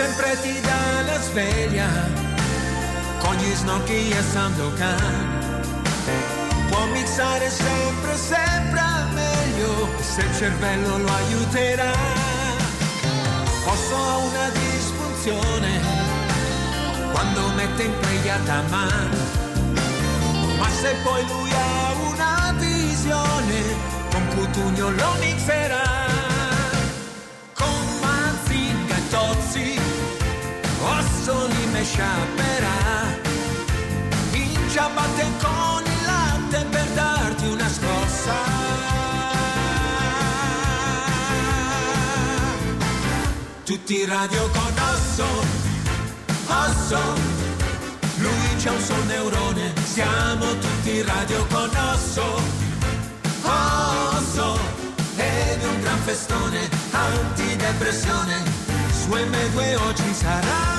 sempre ti dà la sveglia, con gli snocchi e Sandokan. Può mixare sempre, sempre meglio, se il cervello lo aiuterà. Posso ha una disfunzione, quando mette in play Ataman, ma se poi lui ha una visione, con Cutugno lo mixerà. Con Mazinga e Tozzi, Ossoli me sciaperà, in ciabatte con il latte per darti una scossa. Tutti in radio con Osso, lui c'ha un sol neurone, siamo tutti in radio con Osso, ed è un gran festone, antidepressione, su M2 oggi sarà.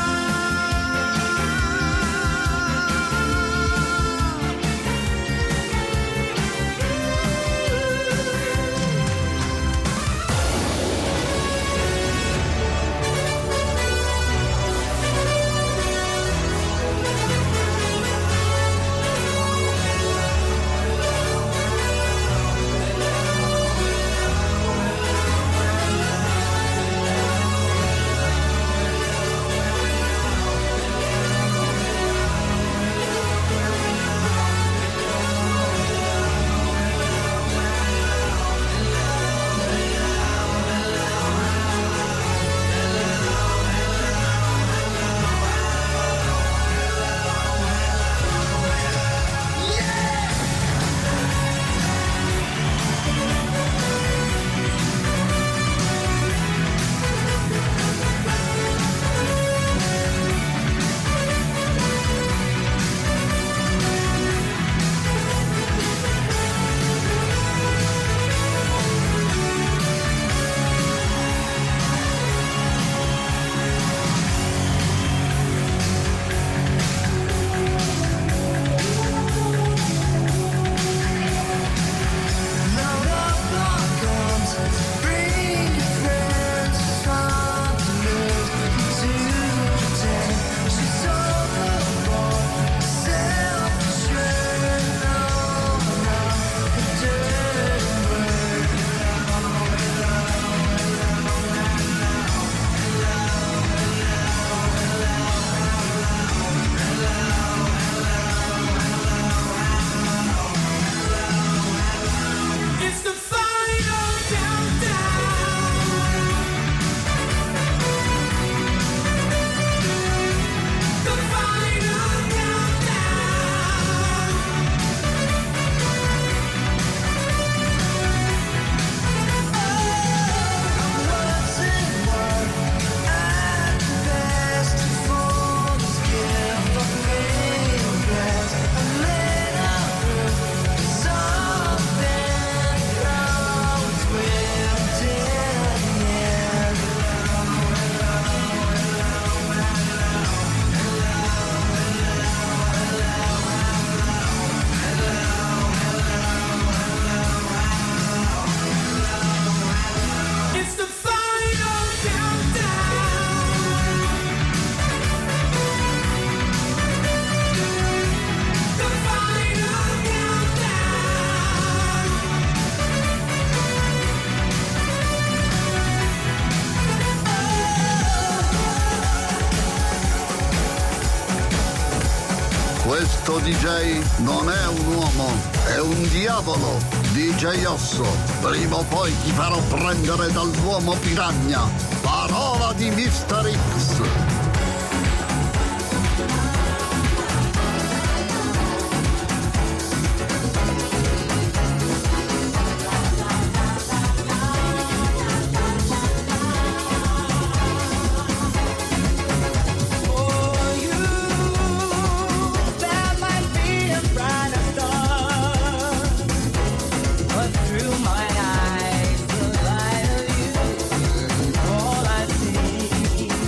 Questo DJ non è un uomo, è un diavolo. DJ Osso, prima o poi ti farò prendere dall'uomo piranha. Parola di Mr. X. Through my eyes, the light of you, all I see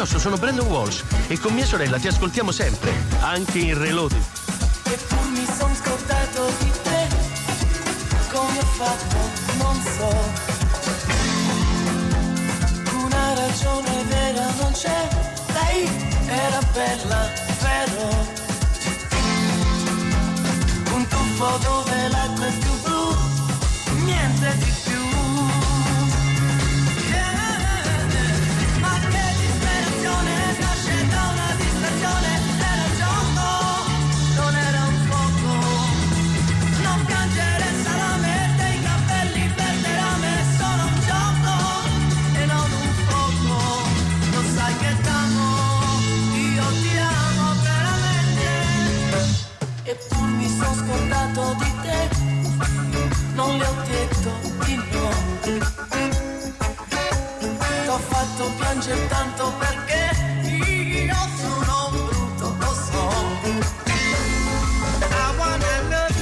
Osso, sono Brandon Walsh e con mia sorella ti ascoltiamo sempre, anche in reloaded. Eppur mi son scordato di te, come ho fatto non so. Una ragione vera non c'è, lei era bella, vero? Un tuffo dove l'acqua è più blu, niente di più. Ma che disperazione nasce da una distrazione. Era un gioco, non era un fuoco. Non piangere salame, dei capelli verde rame. Sono un gioco e non un fuoco. Lo sai che t'amo, io ti amo veramente. Eppur mi son scordato di te, non le ho detto di no. T'ho fatto piangere tanto perché io sono brutto, lo so. I wanna love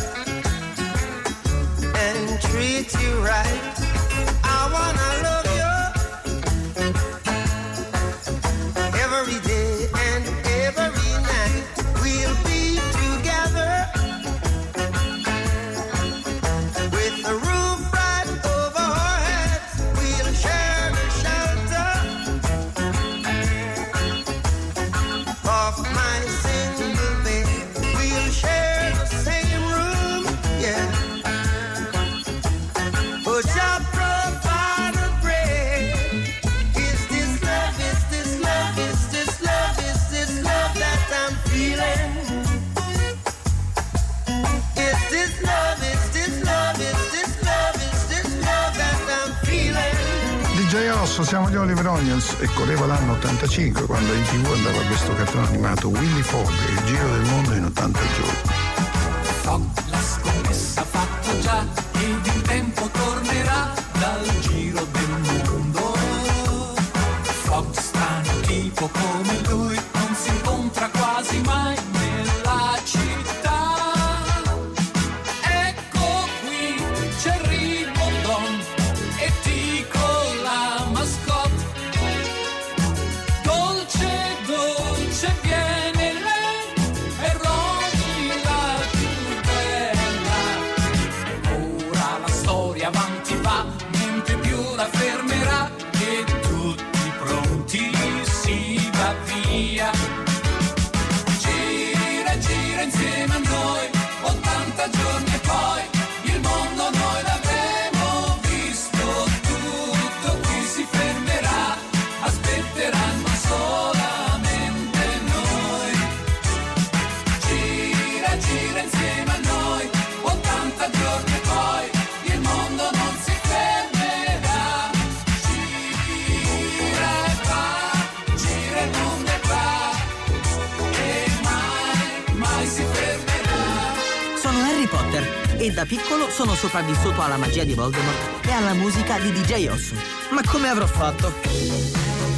you and treat you right. I wanna love you every day and every night. We'll be together with the roof right over our heads. We'll share the shelter of my single bed. We'll share the same room, yeah. But Jah provide a bread. Is this love? Is this love? Is this love? Is this love that I'm feeling? Is this love? Is this love? Is this love? Is this love that I'm feeling? DJ Osso, siamo gli Oliver Onions e correva l'anno 85 quando in TV andava questo cartone animato Willy Fogg, il giro del mondo in 80 giorni. Fogg la scommessa fatta già ed il tempo tornerà dal giro del mondo. Fogg strano tipo come lui non si incontra quasi mai nella città. Ecco qui c'è il ribondon e Tico la mascotte. Dolce, dolce viene lei e Romy la più bella. Ora la storia avanti va, niente più la fermerà e tutti pronti si va via. Gira, gira insieme a noi, 80 giorni e poi il mondo noi l'avremo visto tutto, qui si fermerà, aspetteranno solamente noi. Gira, gira insieme a noi, 80 giorni e poi il mondo non si fermerà. Gira e va, gira il mondo e va, e mai, mai si fermerà. Sono Harry Potter e da piccolo sono sopravvissuto alla magia di Voldemort e alla musica di DJ Osso. Ma come avrò fatto?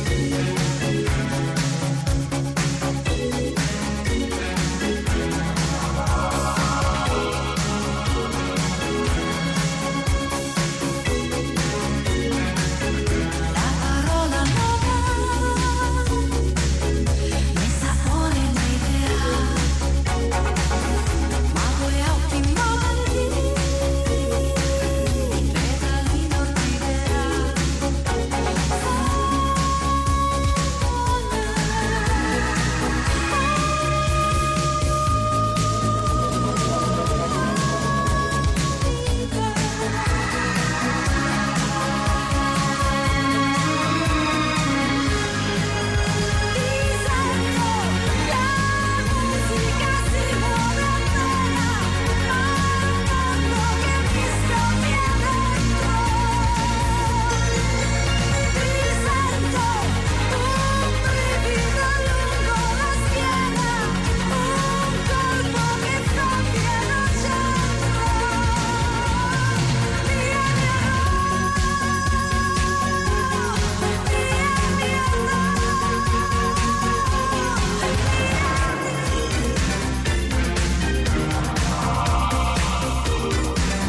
La parola nuova mi sapore l'idea, ma due occhi mondi, petali d'orchidea.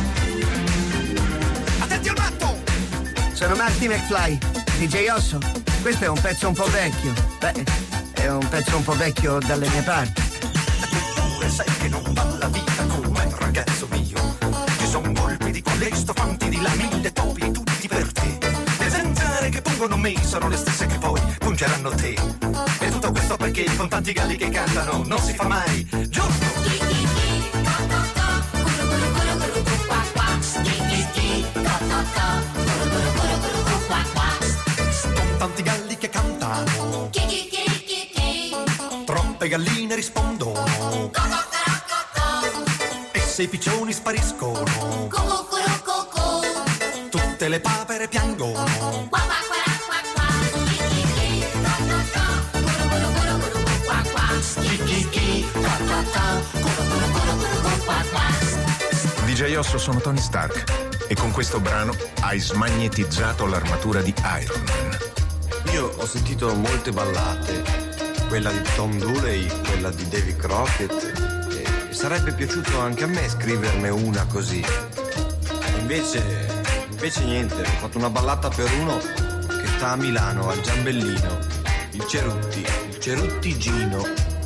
Sono Marty McFly, DJ Osso. questo è un pezzo un po' vecchio. Beh, è un pezzo un po' vecchio dalle mie parti. Tu sai che non va la vita come ragazzo mio. Ci sono colpi di quelle stofanti di là, 1000 topi tutti per te. Le zanzare che pungono me sono le stesse che poi pungeranno te. E tutto questo perché con tanti galli che cantano non si fa mai giorno. Con tanti galli che cantano, troppe galline rispondono, e se i piccioni spariscono, tutte le papere piangono. DJ Osso, sono Tony Stark e con questo brano hai smagnetizzato l'armatura di Iron Man. Io ho sentito molte ballate, quella di Tom Dooley, quella di Davy Crockett, e sarebbe piaciuto anche a me scriverne una così. Invece niente, ho fatto una ballata per uno che sta a Milano, al Giambellino, il Cerutti Gino.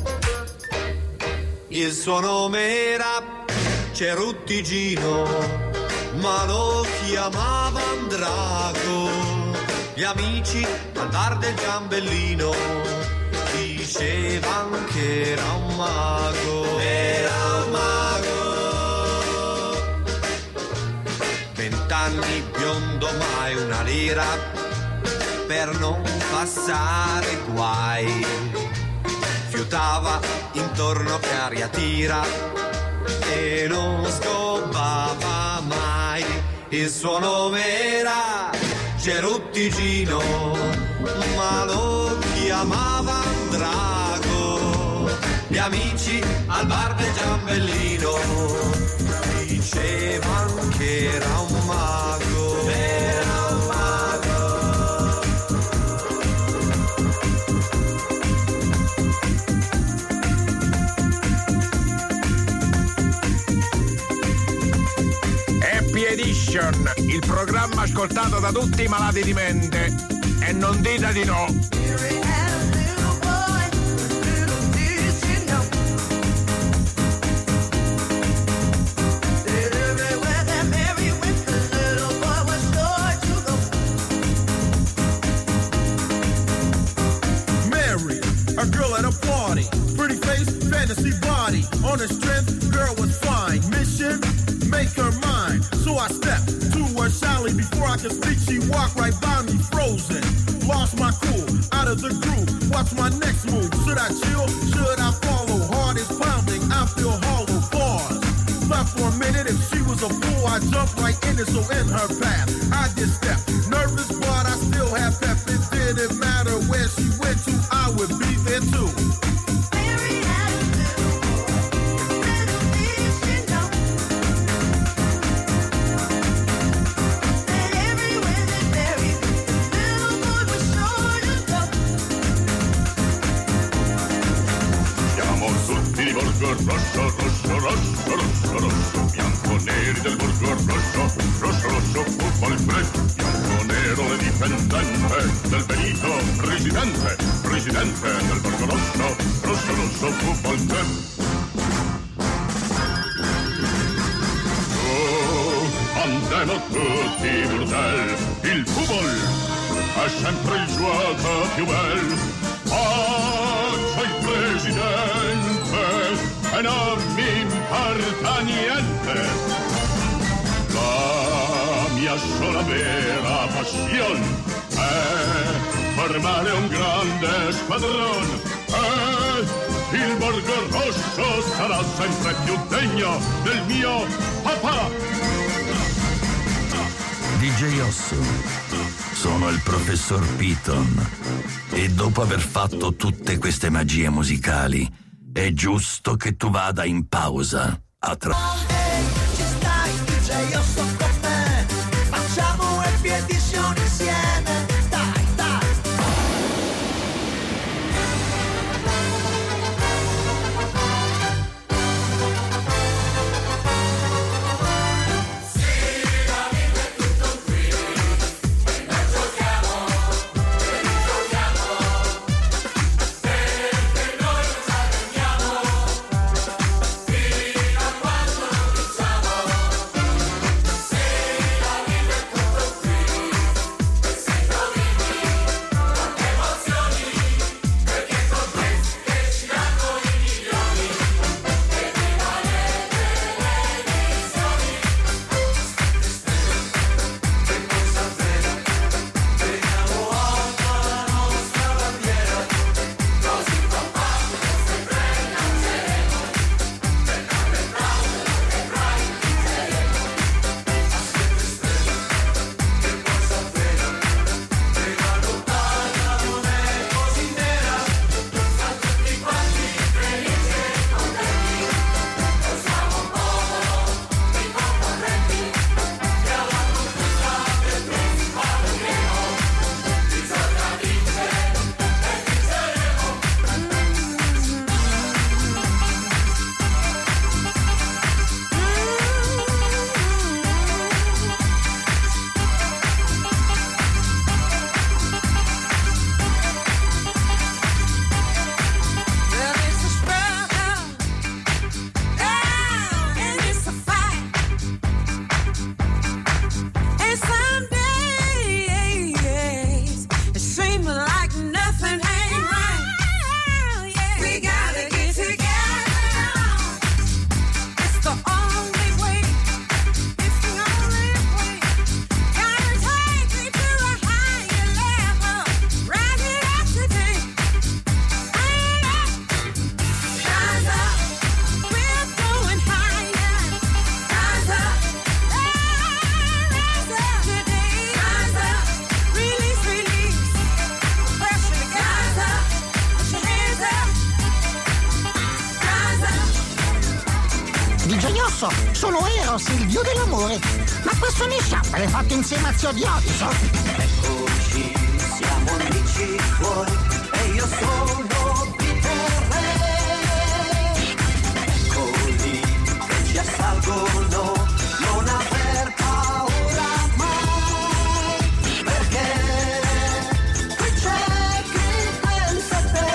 Il suo nome era Cerutti Gino, ma lo chiamavano Drago. Gli amici al bar del Giambellino dicevano che era un mago. Era un mago. 20 anni biondo, mai una lira per non passare guai. Fiutava intorno che aria tira e non scopava mai. Il suo nome era Cerutti Gino, ma lo chiamava Drago. Gli amici al bar del Giambellino dicevano che era un mago. Era un mago. Happy Edition, il programma ascoltato da tutti i malati di mente. E non dite di no. Mary, a girl at a party, pretty face, fantasy body. On her strength, girl was fine. Mission, make her mine. So I stepped to her shyly. Before I could speak, she walked right by me, frozen. Lost my cool, out of the groove. What's my next move? Should I chill? Should I follow? Heart is pounding, I feel hollow. Pause. Thought for a minute, if she was a fool, I jumped right in it, so in her path I just stepped. Nervous, but I still have pep. It didn't matter where she went to, I would be there too. Rosso, rosso, rosso, rosso, rosso, bianco neri del borgo rosso, rosso, rosso, football club, bianco nero le dipendente del Benito, presidente, presidente del borgo rosso, rosso, rosso, football club. Oh, andiamo tutti burdel, il football è sempre il gioco più bel, faccia il presidente e non mi importa niente. La mia sola vera passione è formare un grande squadrone e il borgo rosso sarà sempre più degno del mio papà. DJ Osso, sono il professor Piton e dopo aver fatto tutte queste magie musicali è giusto che tu vada in pausa a Ci stai, DJ Osso con me, facciamo Happy Edition insieme, dai, dai. Sì, la vita è tutto qui, e noi giochiamo, DJ Osso, sono Eros, il dio dell'amore. Ma questo mashup l'hai fatto insieme a Zio Dioniso? Eccoci, siamo amici tuoi e io sono Peter Re. Eccoli che ci assalgono, non aver paura mai, perché qui c'è chi pensa a te.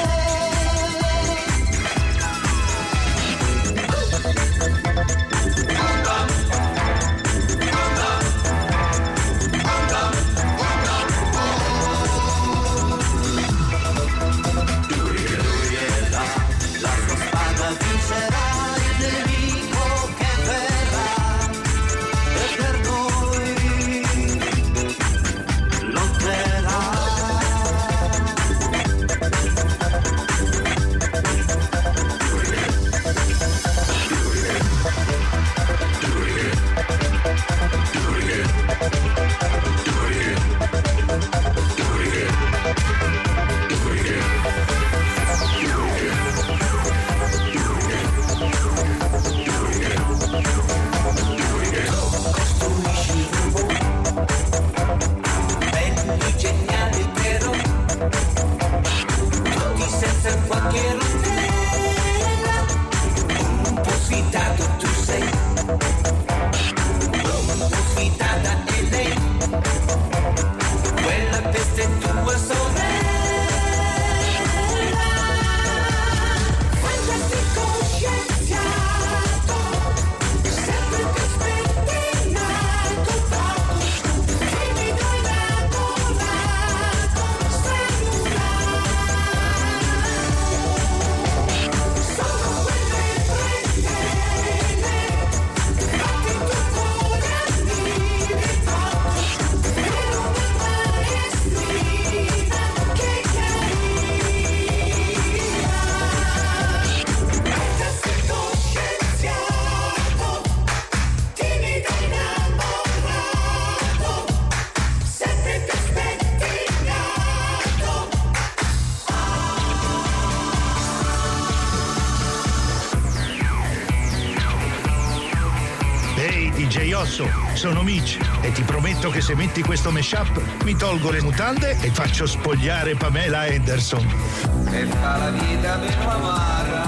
Sono Mitch e ti prometto che se metti questo mashup mi tolgo le mutande e faccio spogliare Pamela Anderson. E fa la vita meno amara,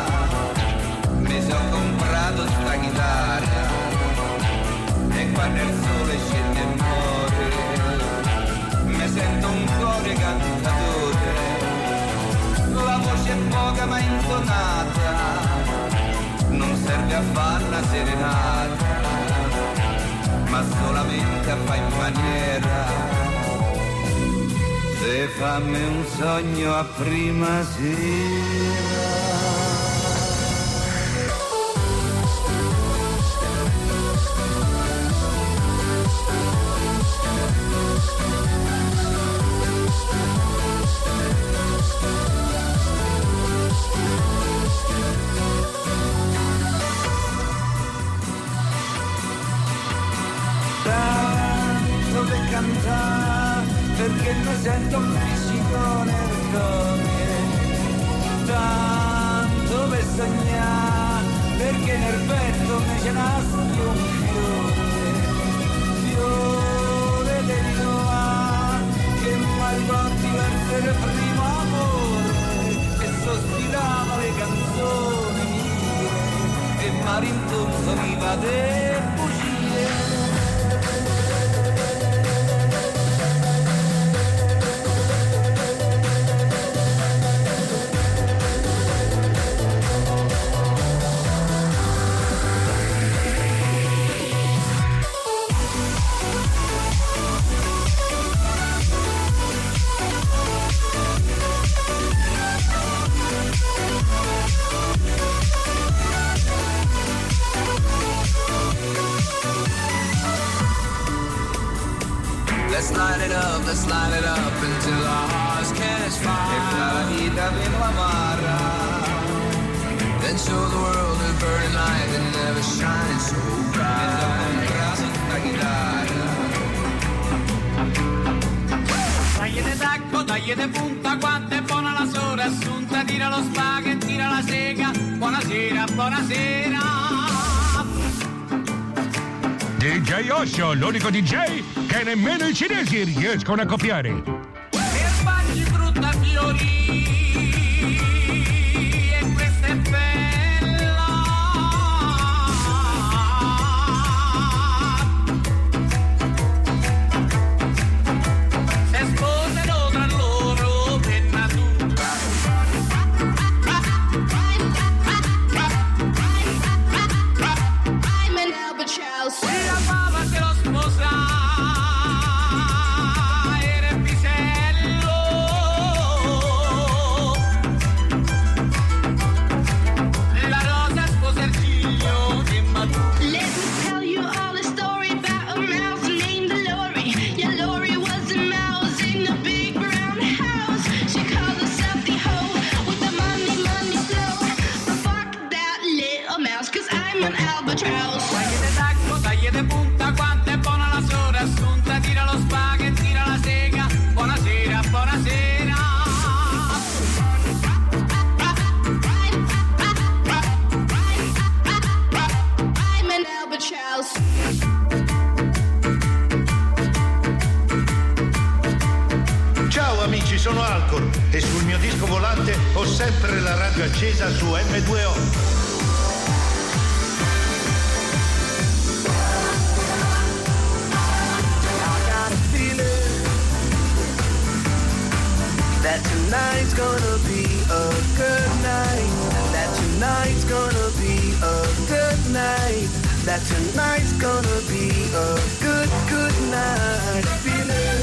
mi sono comprato sta chitarra e quando il sole scende e muore mi sento un cuore cantatore, la voce è poca ma intonata, non serve a far la serenata, ma solamente a fare in maniera se fammi un sogno a prima sera. Perché mi sento un fisico nel cuore, tanto per sognare, perché nel petto mi c'è nasce un fiore del Noah, che mi ricordi verso il primo amore, che sospirava le canzoni mie, e mi rintonzoniva de bugie. Let's light it up until our hearts catch fire. E fa la vita meno amara, then show the world a burning light that never shines so bright. Mi sono comprato sta chitarra. Dagli de tacco, dagli de punta, quanto è buona la sola assunta. Tira lo spago e tira la sega. Buonasera, buonasera. DJ Osso, l'unico DJ che nemmeno i cinesi riescono a copiare. Erbaggi frutta fiori e questa è bella. Se sposano tra loro per natura. I'm an albatross. Si amava se lo sposa. Taglie de punta, quanto è buona la sora assunta, tira lo spaghetti, tira la sega, buonasera, buonasera. I'm an albatross. Ciao amici, sono Alcor e sul mio disco volante ho sempre la radio accesa su M2O. That tonight's gonna be a good night. That tonight's gonna be a good night. That tonight's gonna be a good, good night. Feeling.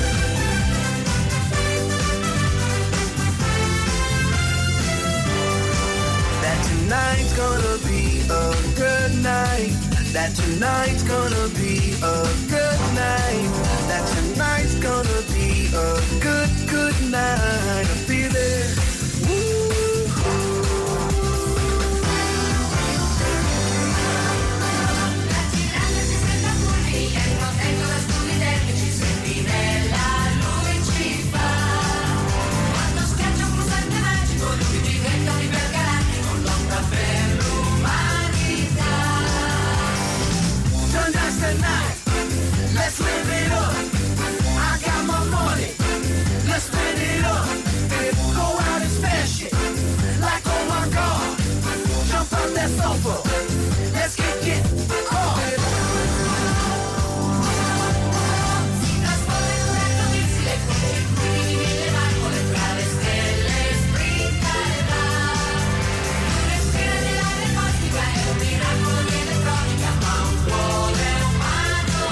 That tonight's gonna be a good night. That tonight's gonna be a good night. That tonight's gonna be a good, good night. I feel it. La tirata si senta fulmi e il contento da stupide che ci senti nella lui ci fa. Quando schiaccia un pulsante magico lui diventa un ipergalattico, lotta per l'umanità. Tonight's the night. Let's live it up. I got my money. Let's spend it up. Go out and smash it. Like, oh my God. Jump out that sofa. Let's kick it off. Si trasforma in un letto missile con circuiti di mille valvole tra le stelle sprinta e va. Respira dell'aria cosmica è un miracolo di elettronica, ma un cuore umano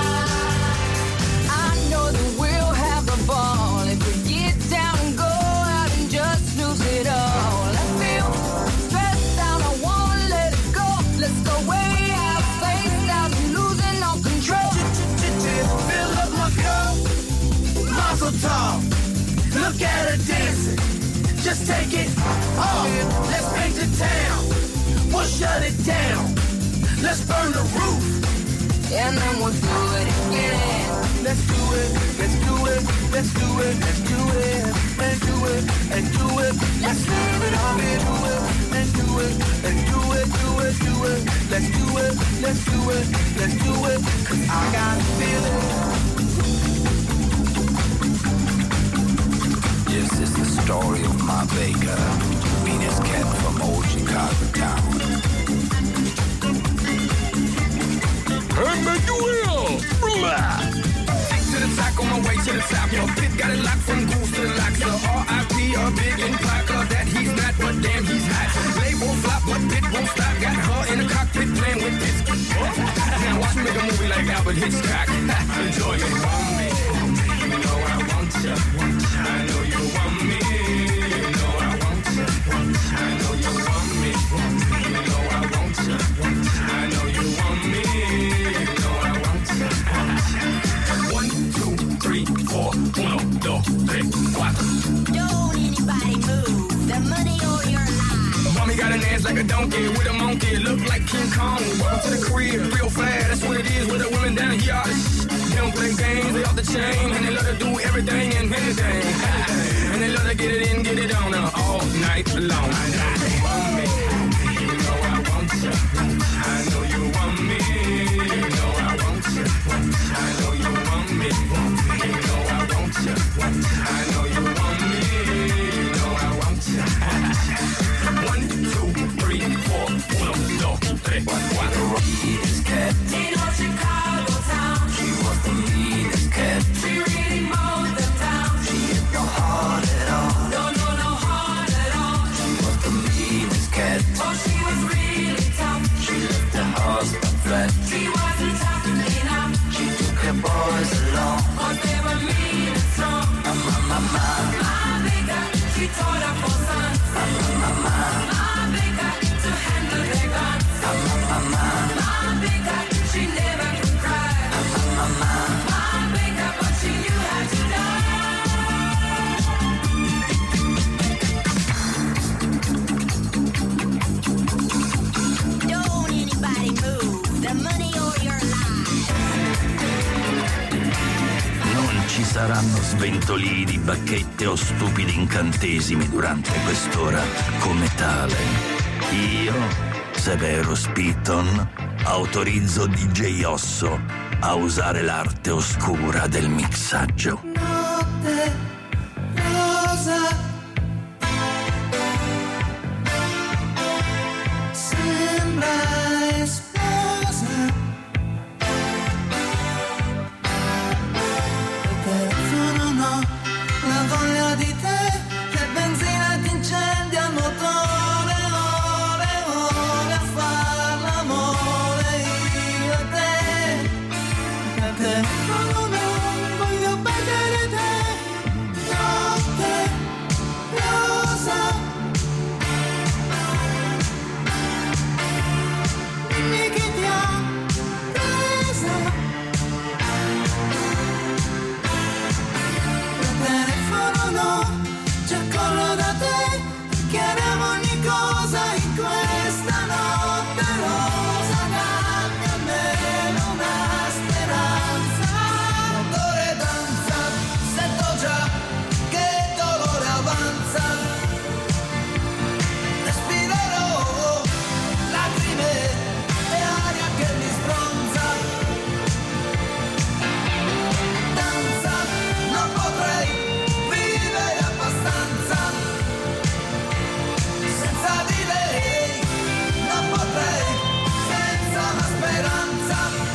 ha. I know that we'll have a ball if we get down and go out and just lose it all. I feel stressed out, I wanna let it go. Let's go way out, spaced out, and losing all control. Fill up my cup, Mazel tov. Look at her dancing, just take it off. Let's paint the town, we'll shut it down. Let's burn the roof, and then we'll do it again. Let's do it, let's do it, let's do it, let's do it, and do it, and do it. Let's live it up and do it, and do it, and do it, do it, do it. Let's do it, let's do it, let's do it. 'Cause I got a feeling. This is the story of Ma Baker, Venus Cat from old Chicago town. To the top, on my way to the top. Yo, Pip got it locked from goose to the locks. So R.I.P. a big impact of that he's not, but damn he's hot. Label flop, but Pit won't stop. Got her in the cockpit playing with Pitts. Now watch me make a movie like Albert Hitchcock. Enjoy it, want me. You know I want you. I know you want me. You know I want you. I know you want me. You know I want you. I know you want me. You know I want you. 1, 2, 3, 4, 1, 2, 3, 4. Don't anybody move, the money or your life. Mommy got an ass like a donkey with a monkey, look like King Kong. Welcome to the crib, real fast, that's what it is with the women down here. They don't play games, they off the chain, and they love to do everything and anything. And they love to get it in, get it on all night long. I know you want me, you know I want you. I know you want me, you know I want you. I know you want me. You know I want you. I know you want me. You know I want you. 1, 2, 3, 4. 1, 2, 3, 4. Meanest cat in all Chicago town. She was the meanest cat. She really mowed the town. She had no heart at all. No heart at all. She was the meanest cat. Oh, she was really tough. She left the husband flat. She wasn't tough enough. She took her boys along. Cause they were mean and strong. My big guy, she taught her for sons. My big guy, to handle their guns. My big guy, she never could cry. My big guy, but she knew how to die. Don't anybody move, the money or your life. Non ci saranno sventolini, bacchette o stupidi incantesimi durante quest'ora come tale. Io, Severus Piton, autorizzo DJ Osso a usare l'arte oscura del mixaggio. Notte rosa, sembra esplosa. Il telefono no, la voglia di te, e benzina che incendia il motore, ore a far l'amore io e te. Il telefono no, voglio perdere te. Notte rosa, dimmi chi ti ha presa. Il telefono no, ci accorro da te, chiariamo ogni cosa in questa notte rosa. Dammi almeno una speranza. Motore danza, sento già che dolore avanza. Respirerò lacrime e aria che mi stronza. Danza, non potrei vivere abbastanza. Senza di lei non potrei, senza una speranza.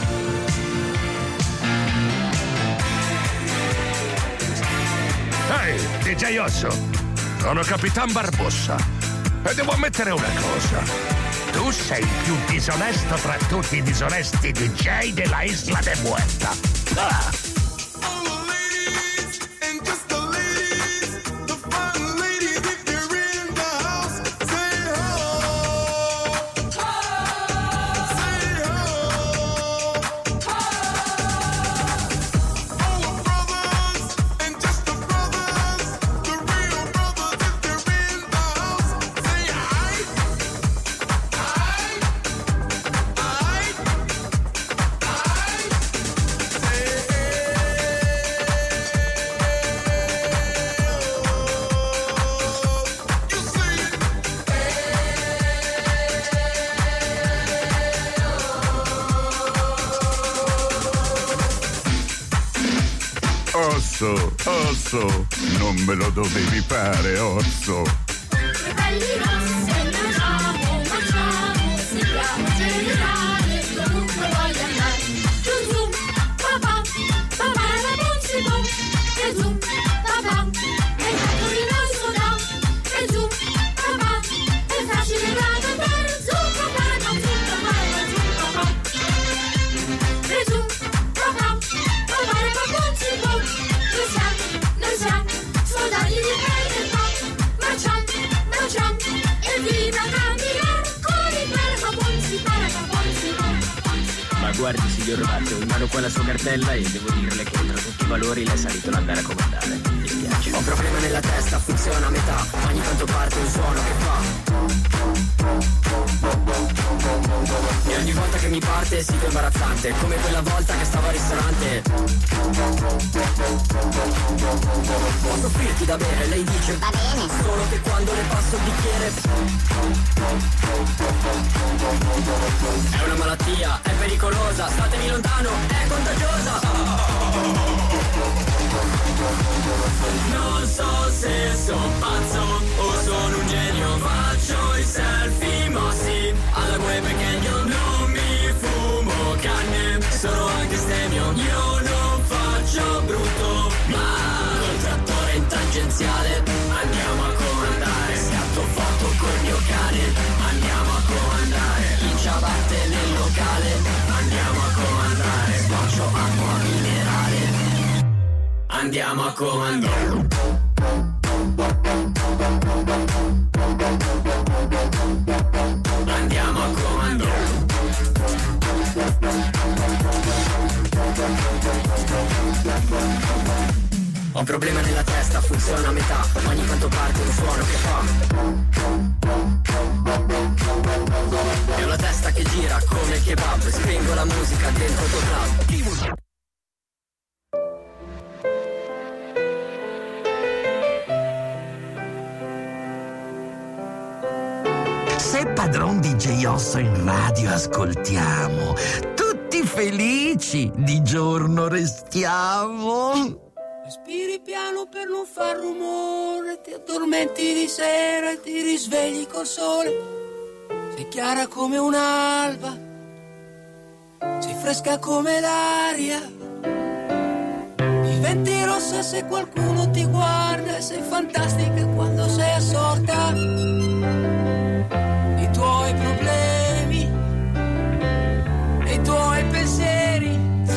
Ehi, DJ Osso, sono Capitan Barbossa e devo ammettere una cosa. Tu sei il più disonesto tra tutti i disonesti DJ della Isla de Muerta. Ah! Osso, non me lo dovevi fare, Osso. Belli rossi, mangiamo, seguiamo generale, dovunque voglia andare. Zoom zoom, papà, papà la bonzi bom, e zoom, papà, è fatto di noi soda, e zoom, papà, è facile da cantare, zoom papà, non zoom papà, ma zoom papà. E zoom, papà, papà la bonzi bom, noi siamo soldati di pelle pop, marciamo, e viva camminare con il paracabonzi, Ma guardi, signor Matteo, in mano qua la sua cartella e devo dirle che tra tutti i valori le è salito l'andare a comandare. Mi spiace. Ho problema nella testa, funziona a metà, ogni tanto parte un suono che fa. E ogni volta che mi parte è sito imbarazzante, come quella volta che stavo al ristorante. Posso offrirti da bere? Lei dice va bene, solo che quando le passo il bicchiere è una malattia, è pericolosa, statemi lontano, è contagiosa. Non so se sono pazzo o sono un genio, faccio i selfie mossi alla web canyon, non mi fumo canne, sono anche stemio, io non faccio brutto, ma col trattore in tangenziale andiamo a comandare, scatto foto col mio cane, andiamo a comandare, in ciabatte nel locale, andiamo a comandare, sboccio acqua minerale, andiamo a comandare. Andiamo a comandare. Ho un problema nella testa, funziona a metà, ogni canto parte un suono che fa. E ho la testa che gira come il kebab, spingo la musica dentro il tuo club. Se Padron DJ Osso in radio ascoltiamo, tutti felici, di giorno restiamo. Respiri piano per non far rumore, ti addormenti di sera e ti risvegli col sole. Sei chiara come un'alba, sei fresca come l'aria. Diventi rossa se qualcuno ti guarda e sei fantastica quando sei assorta. I tuoi problemi e i tuoi pensieri,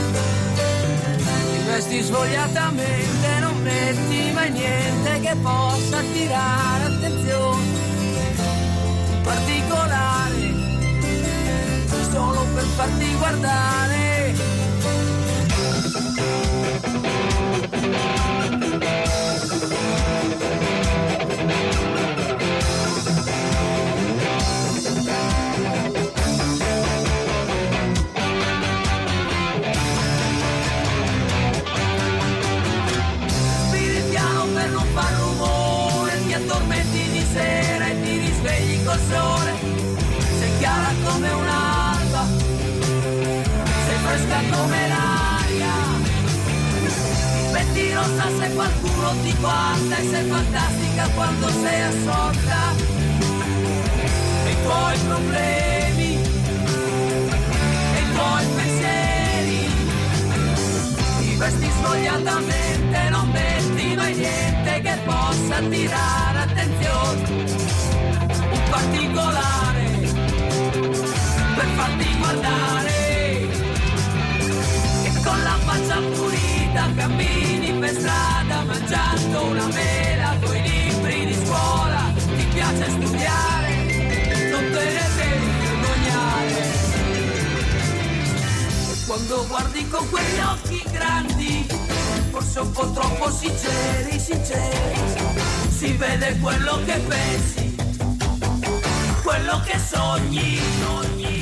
ti vesti svogliatamente, non metti mai niente che possa attirare attenzione particolare, solo per farti guardare. Sera e ti risvegli col sole, sei chiara come un'alba, sei fresca come l'aria, diventi rossa se qualcuno ti guarda e sei fantastica quando sei assorta. E i tuoi problemi e i tuoi pensieri, ti vesti svogliatamente, non metti mai niente che possa attirare attenzione, un particolare per farti guardare, e con la faccia pulita cammini per strada mangiando una mela coi libri di scuola, ti piace studiare, non te ne devi vergognare. Quando guardi con quegli occhi grandi, forse un po' troppo sinceri, si vede quello che pensi, quello che sogni, sogni.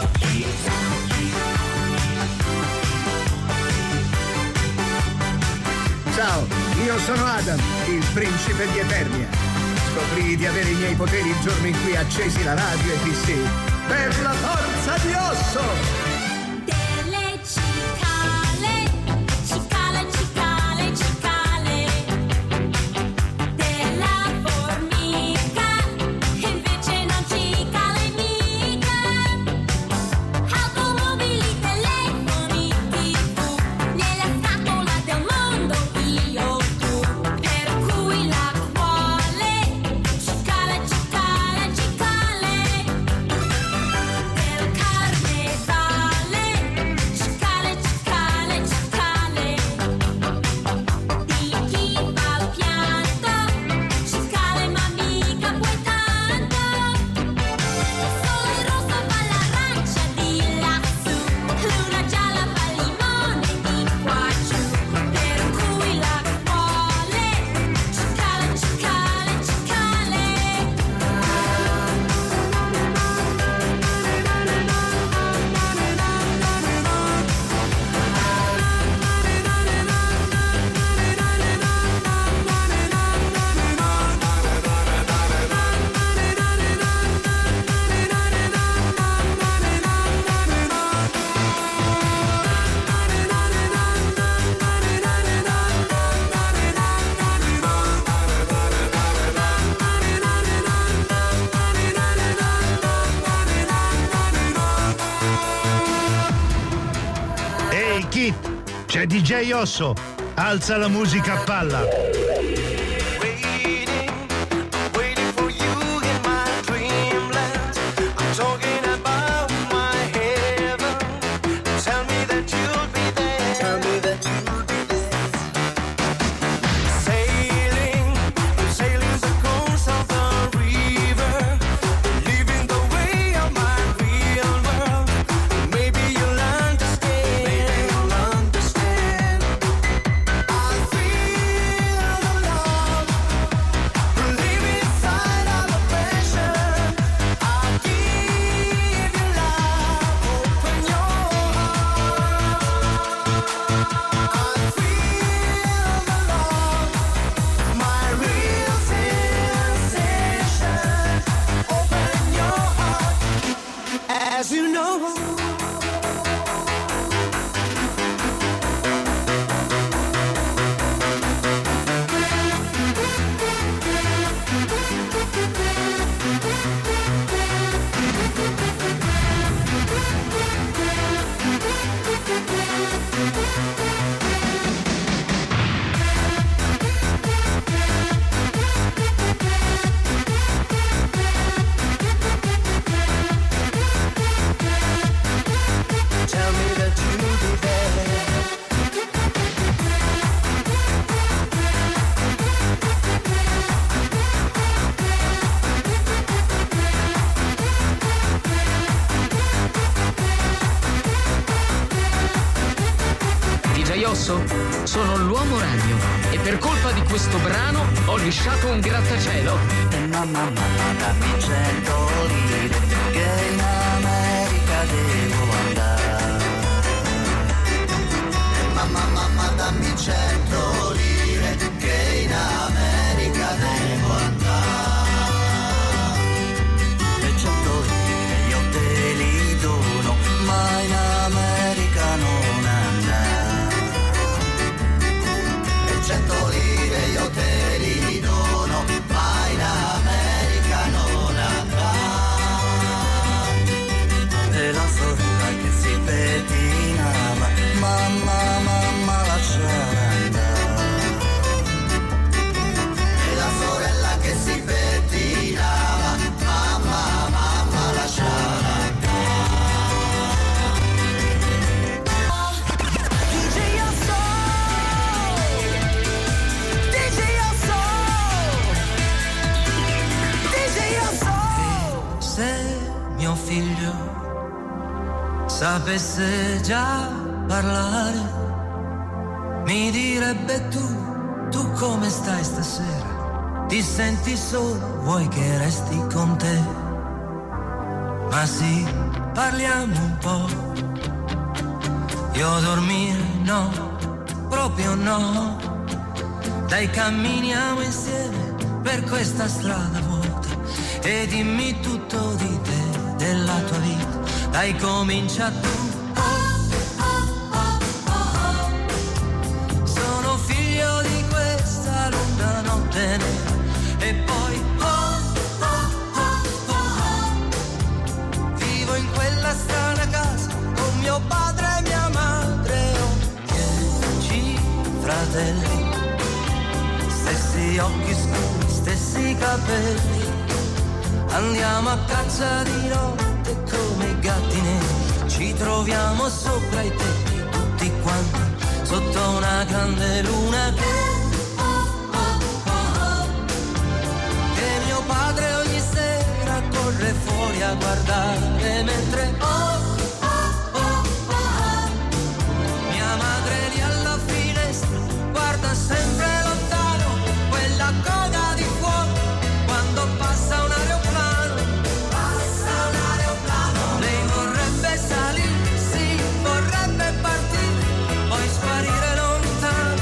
Ciao, io sono Adam, il principe di Eternia. Scoprii di avere i miei poteri il giorno in cui accesi la radio e dissi: per la forza di Osso! Cicale, Ricky, c'è DJ Osso. Alza la musica a palla. Sono l'uomo ragno e per colpa di questo brano ho lisciato un grattacielo. E mamma dammi 100 lire che in America devo andare. E mamma dammi 100 lire che in America devo andare. E 100 lire io te li dono, ma in America non andare. 100 lire io te li dono, ma in America non andrà. E la sorella che si pettinava, mamma lasciala andare. E la sorella che si pettinava, mamma lasciala andare. Mio figlio sapesse già parlare, mi direbbe tu come stai stasera? Ti senti solo, vuoi che resti con te? Ma sì, parliamo un po'. Io dormire no, proprio no. Dai, camminiamo insieme per questa strada vuota e dimmi tutto di te, della tua vita. Dai, comincia tu. Sono figlio di questa lunga notte nera. E poi vivo in quella strana casa con mio padre e mia madre. Ho 10 fratelli, stessi occhi scuri, stessi capelli. Andiamo a caccia di notte come i gatti neri. Ci troviamo sopra i tetti tutti quanti sotto una grande luna che mio padre ogni sera corre fuori a guardare mentre mia madre lì alla finestra guarda sempre lontano quella coda di fuoco quando passa un aeroplano. Lei vorrebbe salire, sì, vorrebbe partire, poi sparire lontano,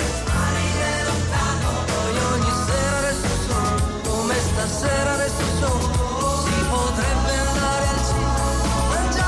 poi ogni sera resto solo, come stasera resto solo. Si potrebbe andare al cinema, mangiare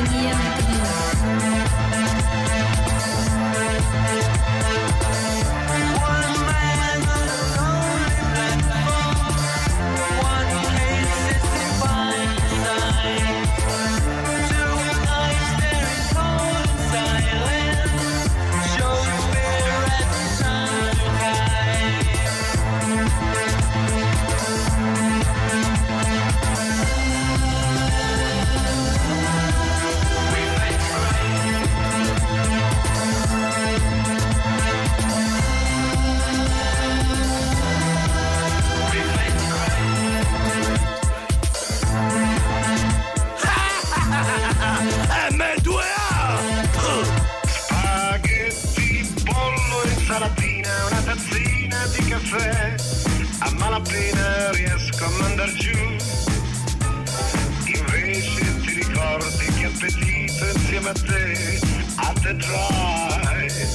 A malapena riesco a mandar giù. Invece ti ricordi che appetito insieme a te a The Drive.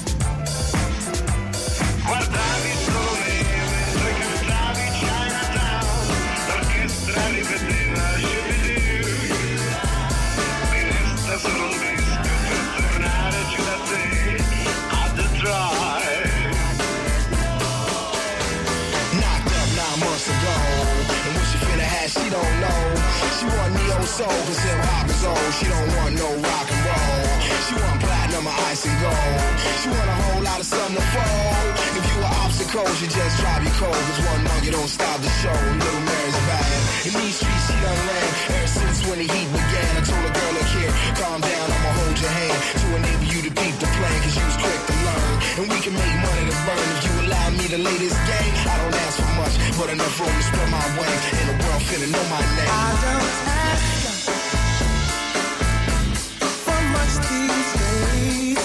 Guardavi solo me mentre cantavi Chinatown, l'orchestra ripeteva Shoo-Doo. Mi resta solo un disco per tornare giù da te a The Drive. Months ago, and what she finna have, she don't know. She want neo soul, cause hip hop is old. She don't want no rock and roll. She want platinum or ice and gold. She want a whole lot of something to fold. If you were obstacles, you just drive you cold. Cause one monkey don't stop the show. Little Mary's bad. In these streets, she done ran ever since when the heat began. I told a girl, look here, calm down, I'ma hold your hand to enable you to beat the plan, cause you was quick to learn. And we can make money to burn if you allow me to lay this game. I don't ask for much, but enough room to spread my wings. And the world finna know my name. I don't ask for much these days,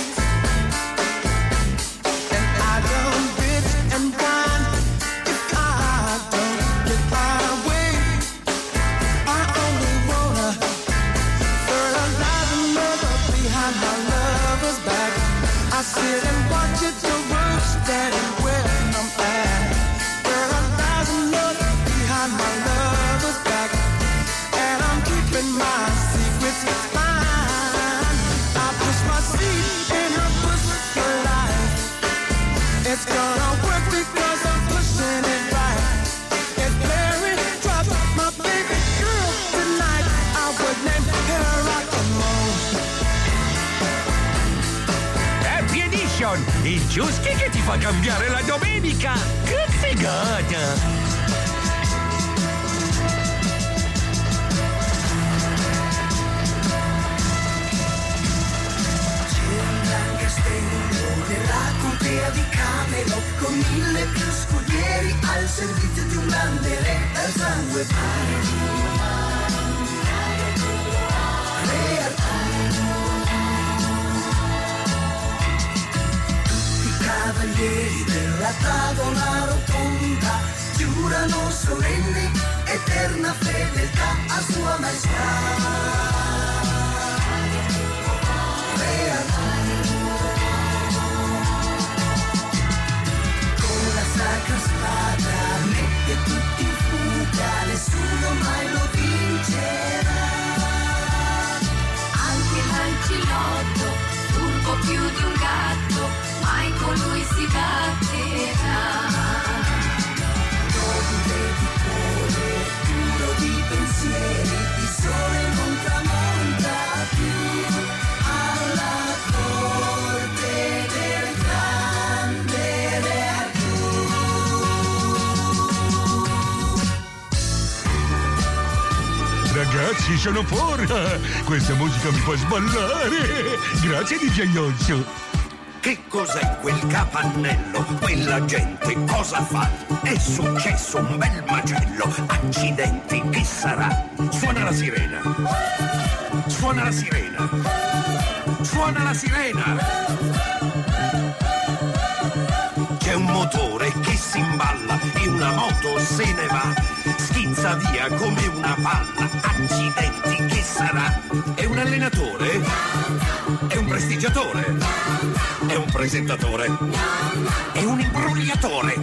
and I don't bitch and whine if I don't get my way. I only wanna fertilize another behind my lover's back. I sit and watch it to work, standing where I'm at. Fertilize another behind my lover's back, and I'm keeping my secrets fine. I push my seed in her push for life. It's gonna work because I'm pushing it right. It's very drop my baby girl tonight. I would name her rock and roll. Happy Edition, il Giuschi che ti fa cambiare la domenica. Che figata! Nella contea di Camelot con 1000 più scudieri al servizio di un grande re dal sangue i cavalieri della tavola rotonda giurano solenni eterna fedeltà a sua maestà. Sacra spada mette tutti in fuga, nessuno mai lo vincerà. Anche l'ancelotto, furbo più di un gatto, mai con lui si batterà. Nobile di cuore, puro di pensieri, il sole non tramonta più alla corte del grande re. Ragazzi, sono forra! Questa musica mi fa sballare! Grazie DJ Olso! Che cos'è quel capannello? Quella gente cosa fa? È successo un bel macello! Accidenti, chi sarà? Suona la sirena! Suona la sirena! Suona la sirena! C'è un motore che si imballa e una moto se ne va, schizza via come una palla. Accidenti, che sarà? È un allenatore? È un prestigiatore? È un presentatore? È un imbrogliatore?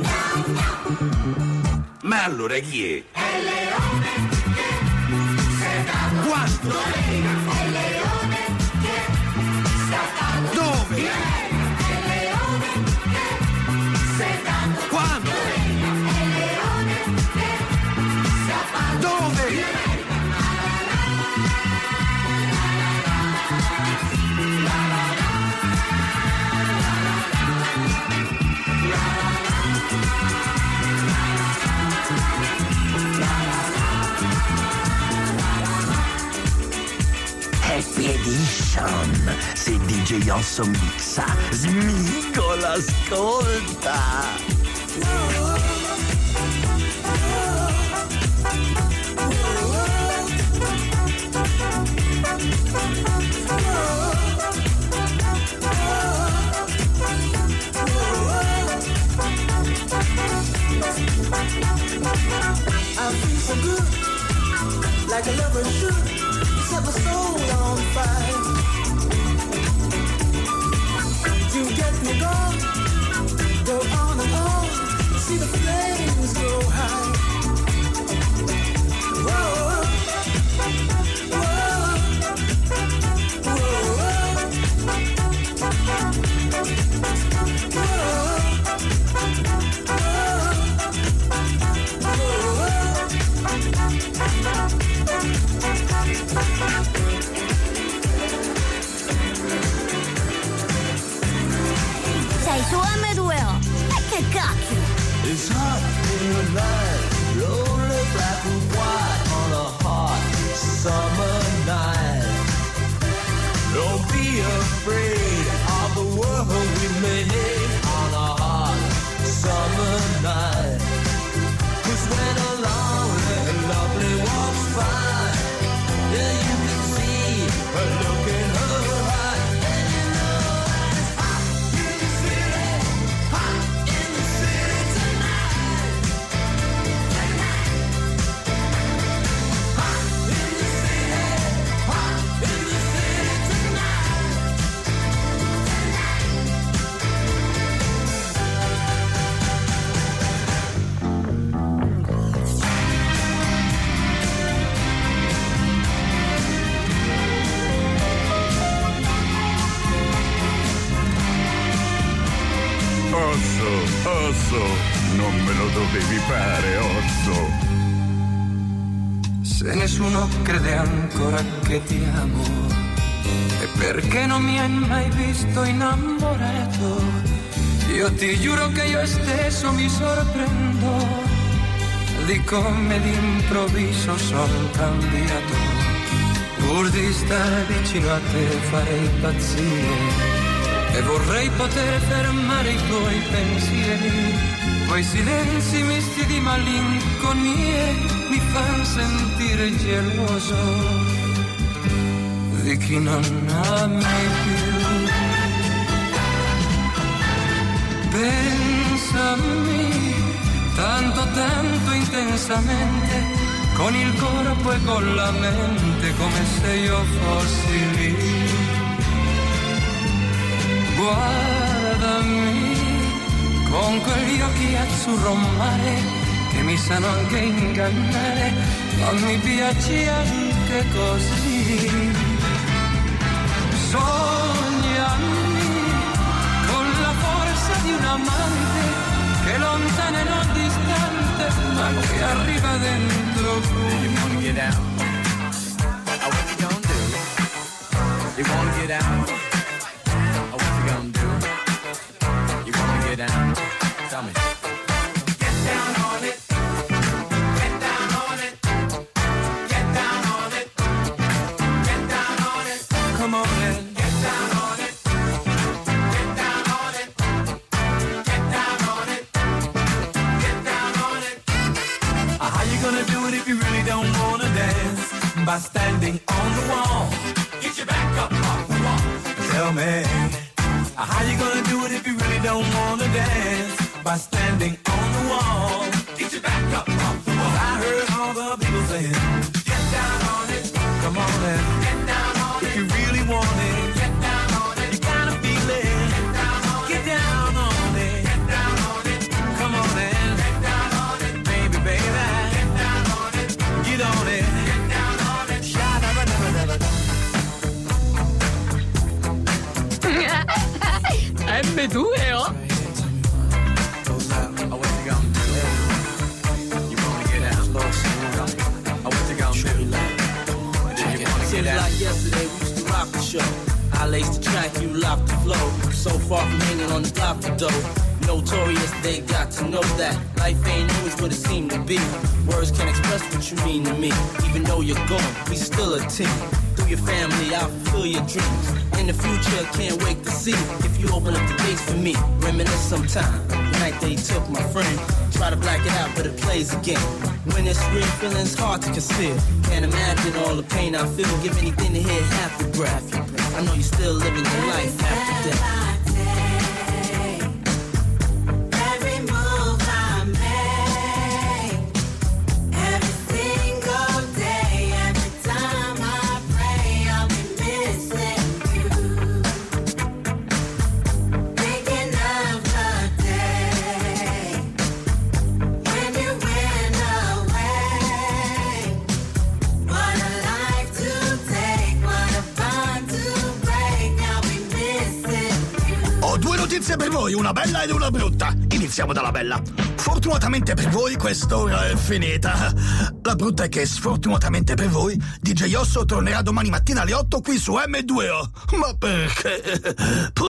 Ma allora chi è? È il leone che se da quando? è il leone Edition. Se DJ Osso mixa, smicola, ascolta. I feel so good, like a lover should, set my soul on fire. You get me going, go on and on, see the flames go high. Whoa, whoa, Sei su M2O, che cacchio! It's hot in the night, lonely black and white on a hot summer night. Don't be afraid of the world we made on a hot summer night. 'Cause when a lonely and lovely walks by, yeah, you can see her look in her eye. And you know it's hot in the city, hot in the city tonight. Hot in the city, hot in the city tonight. Osso, non me lo dovevi fare, Osso. Se nessuno crede ancora che ti amo, è perché non mi hai mai visto innamorato. Io ti giuro che io stesso mi sorprendo di come d'improvviso sono cambiato. Pur di stare vicino a te farei impazzire e vorrei poter fermare i tuoi pensieri. Quei silenzi misti di malinconie mi fanno sentire geloso di chi non ami più. Pensami tanto, tanto intensamente, con il corpo e con la mente, come se io fossi lì. Guardami con quegli occhi azzurro mare che mi sanno anche ingannare, ma mi piace anche così. Sognami con la forza di un amante che lontana e non distante, ma che arriva dentro qui. You wanna get out? What you gonna do? You wanna get out? Down. Tell me. Get down on it. Get down on it. Get down on it. Get down on it. Come on in. Get down on it. Get down on it. Get down on it. Get down on it. How you gonna do it if you really don't wanna dance? By standing on the wall. Get your back up off the wall. Tell me. How you gonna do it if you really don't wanna dance? By standing on the wall. Get your back up off the wall. I heard all the people saying, get down on it. Come on and get down on it. If you really want it, get down on it. You gotta feel it. Get down on it. Get down on it. Get down on it. Come on and get down on it. Baby, baby. Get down on it. Get on it. Get down on it. M2O. Like yesterday, we used to rock the show. I laced the track, you locked the flow. So far from hanging on the block of dough. Notorious, they got to know that life ain't always what it seemed to be. Words can't express what you mean to me. Even though you're gone, we still a team. The your family, I'll fulfill your dreams. In the future, can't wait to see if you open up the gates for me. Reminisce sometime, the night they took my friend. Try to black it out, but it plays again. When it's real, feeling's hard to conceal. Can't imagine all the pain I feel. Give anything to hear half your breath. I know you're still living your life after death. Per voi una bella ed una brutta. Iniziamo dalla bella. Fortunatamente per voi quest'ora è finita. La brutta è che sfortunatamente per voi DJ Osso tornerà domani mattina alle 8 qui su M2O. Ma perché?